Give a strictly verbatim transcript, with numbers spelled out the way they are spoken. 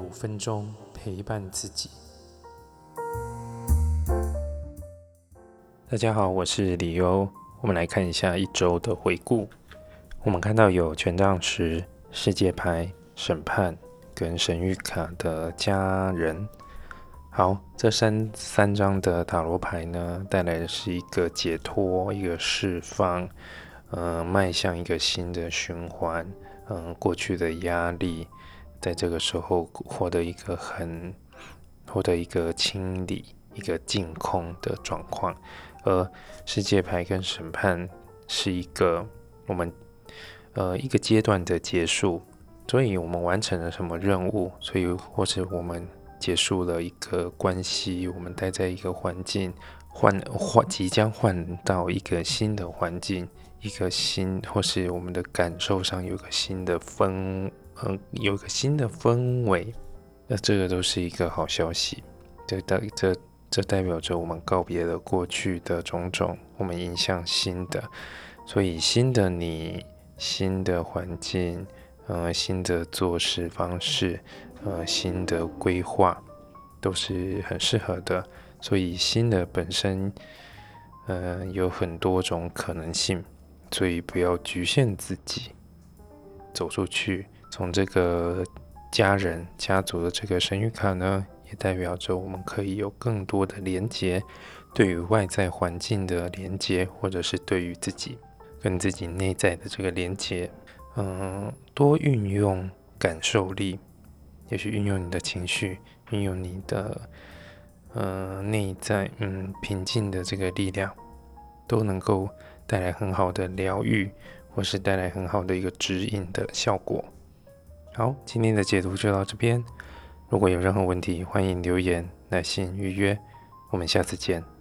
五分钟陪伴自己。大家好，我是李欧。我们来看一下一周的回顾。我们看到有权杖十、世界牌、审判跟神谕卡的家人。好，这三三张的塔罗牌呢，带来的是一个解脱，一个释放，呃，迈向一个新的循环。嗯，过去的压力，在这个时候获得一个很获得一个清理、一个净空的状况。而世界牌跟审判是一个我们呃一个阶段的结束，所以我们完成了什么任务，所以或是我们结束了一个关系，我们待在一个环境，换换即将换到一个新的环境，一个新或是我们的感受上有一个新的氛，呃，有一个新的氛围，那这个都是一个好消息。这这这代表着我们告别了过去的种种，我们迎向新的，所以新的你、新的环境、呃、新的做事方式、呃、新的规划，都是很适合的。所以新的本身，呃，有很多种可能性，所以不要局限自己，走出去。从这个家人、家族的这个神谕卡呢，也代表着我们可以有更多的连结，对于外在环境的连结，或者是对于自己跟自己内在的这个连结，嗯，多运用感受力，也许运用你的情绪，运用你的呃内在嗯平静的这个力量，都能够带来很好的疗愈，或是带来很好的一个指引的效果。好，今天的解读就到这边。如果有任何问题，欢迎留言、来信预约。我们下次见。